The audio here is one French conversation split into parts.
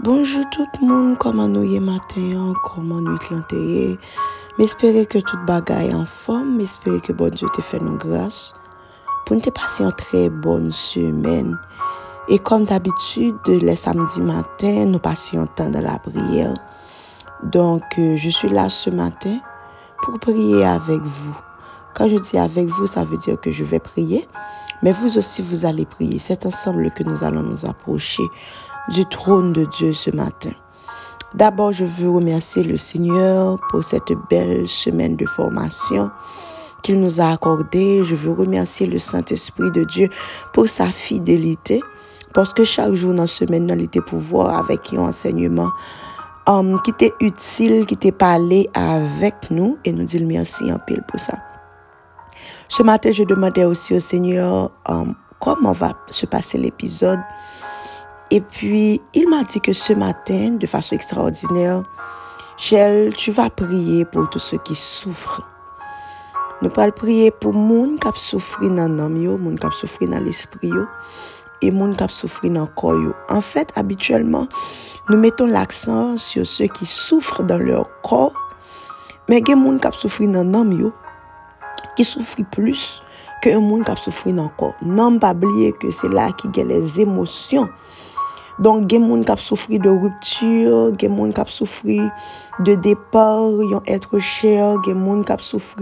Bonjour tout le monde, comment nous y matin, comment nous y M'espérer que toute bagaille en forme, m'espérer que bon Dieu te fait nous grâce pour nous te passer une très bonne semaine. Et comme d'habitude, les samedis matins, nous passons un temps dans la prière. Donc, je suis là ce matin pour prier avec vous. Quand je dis avec vous, ça veut dire que je vais prier, mais vous aussi, vous allez prier. C'est ensemble que nous allons nous approcher du trône de Dieu ce matin. D'abord, je veux remercier le Seigneur pour cette belle semaine de formation qu'il nous a accordée. Je veux remercier le Saint-Esprit de Dieu pour sa fidélité, parce que chaque jour dans la semaine, il était pouvoir avec un enseignement qui était utile, qui était parlé avec nous, et nous dit merci en pile pour ça. Ce matin, je demandais aussi au Seigneur comment va se passer l'épisode. Et puis, il m'a dit que ce matin, de façon extraordinaire, Chel, tu vas prier pour tous ceux qui souffrent. Nous allons prier pour les gens qui souffrent dans l'âme, les gens qui souffrent dans l'esprit, et les gens qui souffrent dans le corps. En fait, habituellement, nous mettons l'accent sur ceux qui souffrent dans leur corps, mais il y a des gens qui souffrent dans l'âme, qui souffrent plus que les gens qui souffrent dans le corps. Non, pas oublier que c'est là qu'il y a les émotions. Donc, il y a des gens qui souffrent de rupture, il y a des gens qui souffrent de départ, ils ont être cher, il y a des gens qui souffrent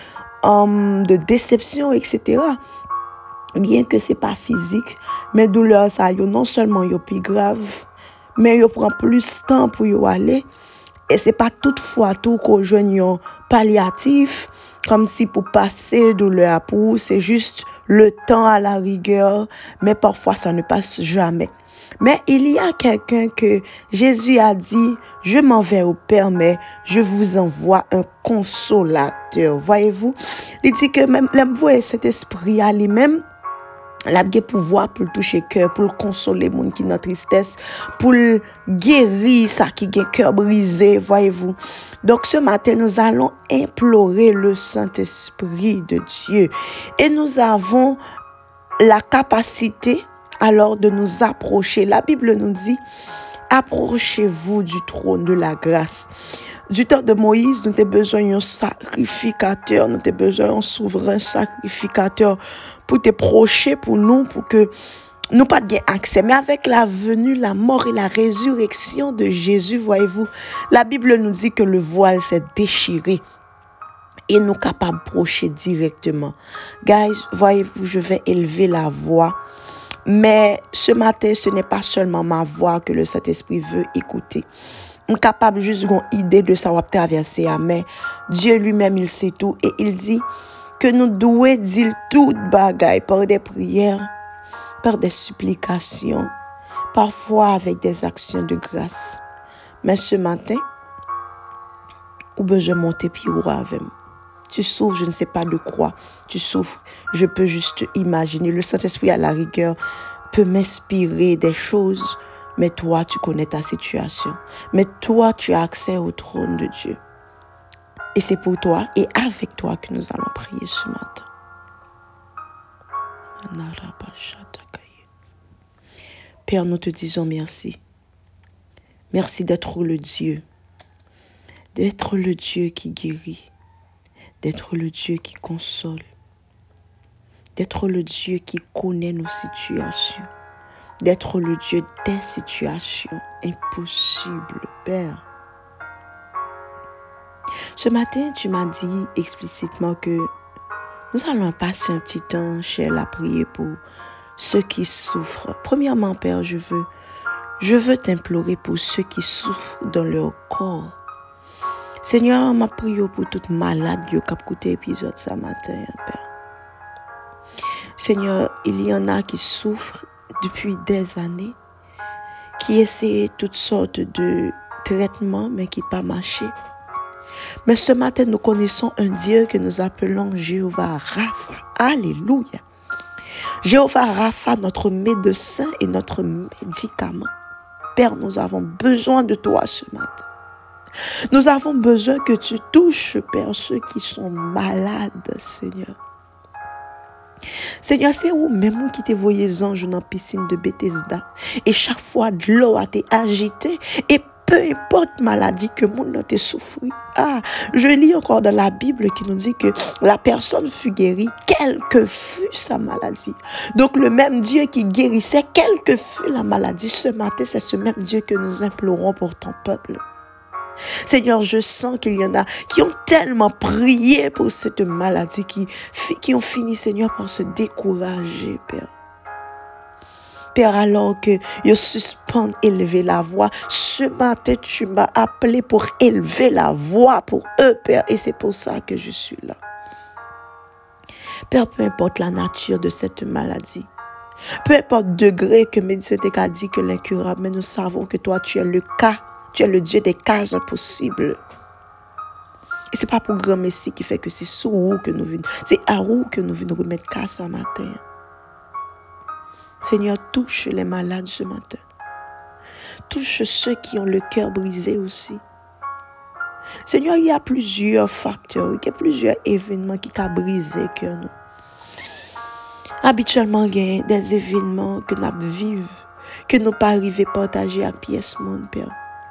de déception, etc. Bien que ce n'est pas physique, mais douleur, ça, non seulement est plus grave, mais il prend plus de temps pour y aller. Et ce n'est pas toutefois tout qu'on joigne un palliatif, comme si pour passer douleur pour, c'est juste le temps à la rigueur, mais parfois ça ne passe jamais. Mais il y a quelqu'un que Jésus a dit, je m'en vais au Père, mais je vous envoie un consolateur. Voyez-vous, il dit que même l'envoyer cet esprit à lui-même, il a le pouvoir pour le toucher le cœur, pour le consoler les gens qui ont une tristesse, pour le guérir ça qui a le cœur brisé, voyez-vous. Donc ce matin, nous allons implorer le Saint-Esprit de Dieu. Et nous avons la capacité alors de nous approcher. La Bible nous dit, approchez-vous du trône de la grâce. Du temps de Moïse, nous avons besoin d'un sacrificateur, nous avons besoin d'un souverain sacrificateur pour te procher pour nous, pour que nous pas de accès. Mais avec la venue, la mort et la résurrection de Jésus, voyez-vous, la Bible nous dit que le voile s'est déchiré et nous capables d'approcher directement. Guys, voyez-vous, je vais élever la voix. Mais ce matin, ce n'est pas seulement ma voix que le Saint-Esprit veut écouter. On est capable juste d'une idée de ça, on va traverser, mais Dieu lui-même, il sait tout. Et il dit que nous devons dire tout bagaille par des prières, par des supplications, parfois avec des actions de grâce. Mais ce matin, ou besoin de monter puis avec moi. Tu souffres, je ne sais pas de quoi. Tu souffres, je peux juste imaginer. Le Saint-Esprit, à la rigueur, peut m'inspirer des choses. Mais toi, tu connais ta situation. Mais toi, tu as accès au trône de Dieu. Et c'est pour toi et avec toi que nous allons prier ce matin. Père, nous te disons merci. Merci d'être le Dieu. D'être le Dieu qui guérit. D'être le Dieu qui console, d'être le Dieu qui connaît nos situations, d'être le Dieu des situations impossibles, Père. Ce matin, tu m'as dit explicitement que nous allons passer un petit temps chez la prière pour ceux qui souffrent. Premièrement, Père, je veux t'implorer pour ceux qui souffrent dans leur corps. Seigneur, m'a prié pour toute malade qui a écouté l'épisode ce matin, Père. Seigneur, il y en a qui souffrent depuis des années, qui essaient toutes sortes de traitements, mais qui n'ont pas marché. Mais ce matin, nous connaissons un Dieu que nous appelons Jéhovah Rapha. Alléluia. Jéhovah Rapha, notre médecin et notre médicament. Père, nous avons besoin de toi ce matin. Nous avons besoin que tu touches, Père, ceux qui sont malades, Seigneur. Seigneur, c'est vous-même qui te voyez ange dans la piscine de Bethesda. Et chaque fois, de l'eau a été agitée. Et peu importe maladie que mon a souffert. Je lis encore dans la Bible qui nous dit que la personne fut guérie, quelle que fût sa maladie. Donc le même Dieu qui guérissait, quelle que fût la maladie, ce matin, c'est ce même Dieu que nous implorons pour ton peuple. Seigneur, je sens qu'il y en a qui ont tellement prié pour cette maladie, qui ont fini, Seigneur, par se décourager, Père. Père, alors que je suspends élever la voix, ce matin, tu m'as appelé pour élever la voix pour eux, Père, et c'est pour ça que je suis là. Père, peu importe la nature de cette maladie, peu importe le degré que médecin t'a dit que l'incurable, mais nous savons que toi, tu es le cas, tu es le Dieu des cas impossibles. Et c'est pas pour grand Messie qui fait que c'est sous vous que nous venons, c'est à vous que nous venons remettre cas ce matin. Seigneur, touche les malades ce matin. Touche ceux qui ont le cœur brisé aussi. Seigneur, il y a plusieurs facteurs, il y a plusieurs événements qui ont brisé le cœur. Habituellement, il y a des événements que nous vivons, que nous pas arrivés à partager avec pièce monde, Père.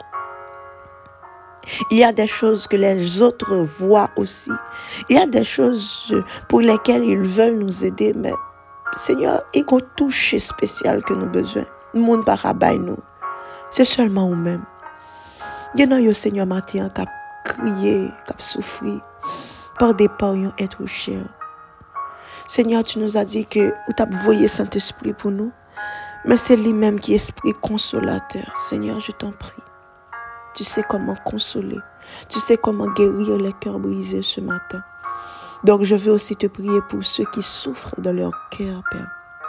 Il y a des choses que les autres voient aussi. Il y a des choses pour lesquelles ils veulent nous aider, mais Seigneur, il y a une touche spéciale que nous avons besoin. Le monde ne peut pas nous. C'est seulement nous-mêmes. Il y a un Seigneur matin qui a crié, qui a souffert par des parents être chers. Seigneur, tu nous as dit que tu as envoyé Saint-Esprit pour nous, mais c'est lui-même qui est esprit consolateur. Seigneur, je t'en prie. Tu sais comment consoler. Tu sais comment guérir les cœurs brisés ce matin. Donc, je veux aussi te prier pour ceux qui souffrent dans leur cœur, Père.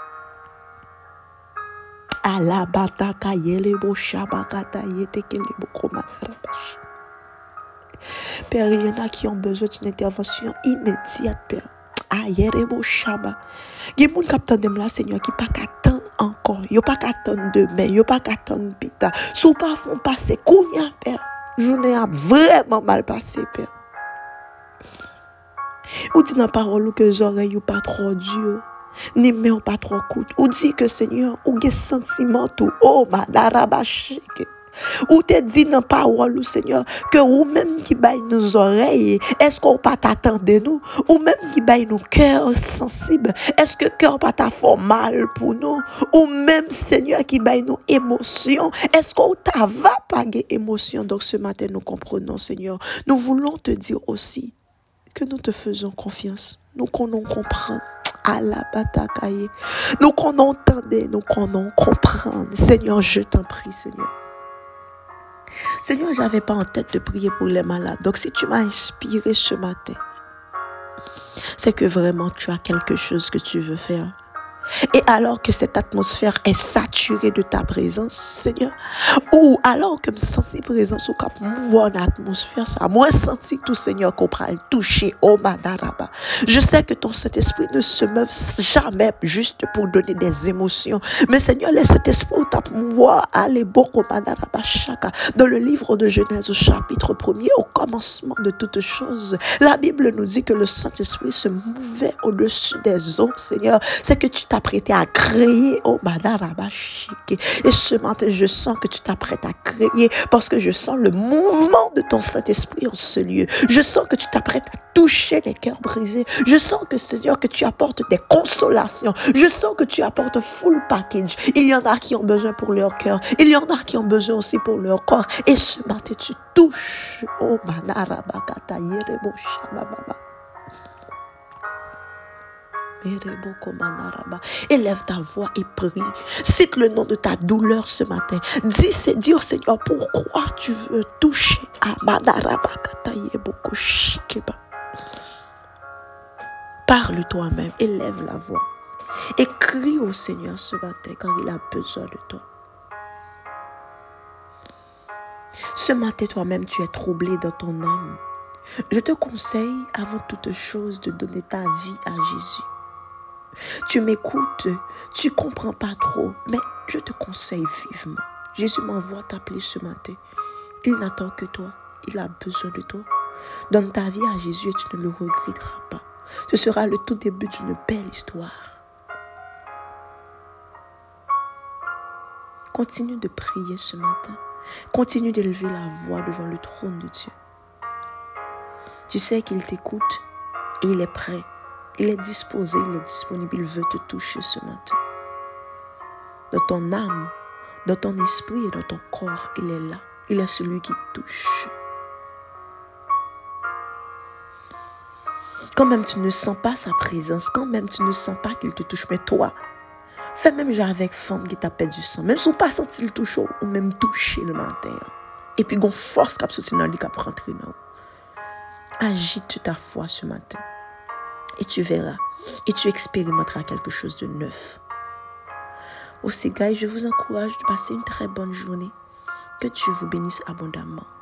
Père, il y en a qui ont besoin d'une intervention immédiate, Père. Il y a des gens qui attendent là, Seigneur, qui ne peuvent pas attendre encore. Ils ne peuvent pas attendre demain. Ils ne peuvent pas attendre plus tard. Si vous ne font pas passer, combien, Père? Journée a vraiment mal passé, Père. Ou dit dans la parole que les oreilles ne sont pas trop dures, ni mains ne pas trop courtes. Ou dit que, Seigneur, ou des sentiments tout. Oh, madarabachik. Ou te dit dans la parole, Seigneur, que vous-même qui baille nos oreilles, est-ce qu'on pas t'attendre nous? Ou même qui baille nos cœurs sensibles, est-ce que cœur pas t'a fait mal pour nous? Ou même, Seigneur, qui baille nos émotions, est-ce qu'on t'a va pas des émotions? Donc ce matin, nous comprenons, Seigneur. Nous voulons te dire aussi que nous te faisons confiance. Nous qu'on comprendre. À la bataille. Nous qu'on entendait, nous qu'on comprendre. Seigneur, je t'en prie, Seigneur. Seigneur, je n'avais pas en tête de prier pour les malades. Donc, si tu m'as inspiré ce matin, c'est que vraiment tu as quelque chose que tu veux faire. Et alors que cette atmosphère est saturée de ta présence, Seigneur, ou alors que me sens présence ou qu'à mouvoir dans l'atmosphère, ça, moi senti tout, Seigneur, qu'on pourra le toucher, oh madaraba. Je sais que ton Saint-Esprit ne se meut jamais juste pour donner des émotions, mais Seigneur, laisse cet esprit mouvoir, aller beaucoup madaraba chaka. Dans le livre de Genèse, au chapitre 1er, au commencement de toutes choses, la Bible nous dit que le Saint-Esprit se mouvait au-dessus des eaux, Seigneur. C'est que tu t'apprêtais à créer, oh madarabashiki. Et ce matin, je sens que tu t'apprêtes à créer parce que je sens le mouvement de ton Saint-Esprit en ce lieu. Je sens que tu t'apprêtes à toucher les cœurs brisés. Je sens que, Seigneur, que tu apportes des consolations. Je sens que tu apportes full package. Il y en a qui ont besoin pour leur cœur. Il y en a qui ont besoin aussi pour leur corps. Et ce matin, tu touches, oh madarabakata yerebo shabababa. Élève ta voix et prie. Cite le nom de ta douleur ce matin. Dis au Seigneur pourquoi tu veux toucher à Parle toi-même, élève la voix et crie au Seigneur ce matin quand il a besoin de toi. Ce matin, toi-même, tu es troublé dans ton âme. Je te conseille avant toute chose de donner ta vie à Jésus. Tu m'écoutes, tu comprends pas trop, mais je te conseille vivement. Jésus m'envoie t'appeler ce matin. Il n'attend que toi, il a besoin de toi. Donne ta vie à Jésus et tu ne le regretteras pas. Ce sera le tout début d'une belle histoire. Continue de prier ce matin. Continue d'élever la voix devant le trône de Dieu. Tu sais qu'il t'écoute et il est prêt. Il est disposé, il est disponible, il veut te toucher ce matin. Dans ton âme, dans ton esprit et dans ton corps, il est là. Il est celui qui touche. Quand même tu ne sens pas sa présence, quand même tu ne sens pas qu'il te touche, mais toi, fais même genre avec femme qui t'a perdu du sang, même si on pas senti le toucher ou même toucher le matin. Et puis gon force cap sorti dans lui cap rentrer dans. Agite ta foi ce matin. Et tu verras. Et tu expérimenteras quelque chose de neuf. Aussi, guys, je vous encourage de passer une très bonne journée. Que Dieu vous bénisse abondamment.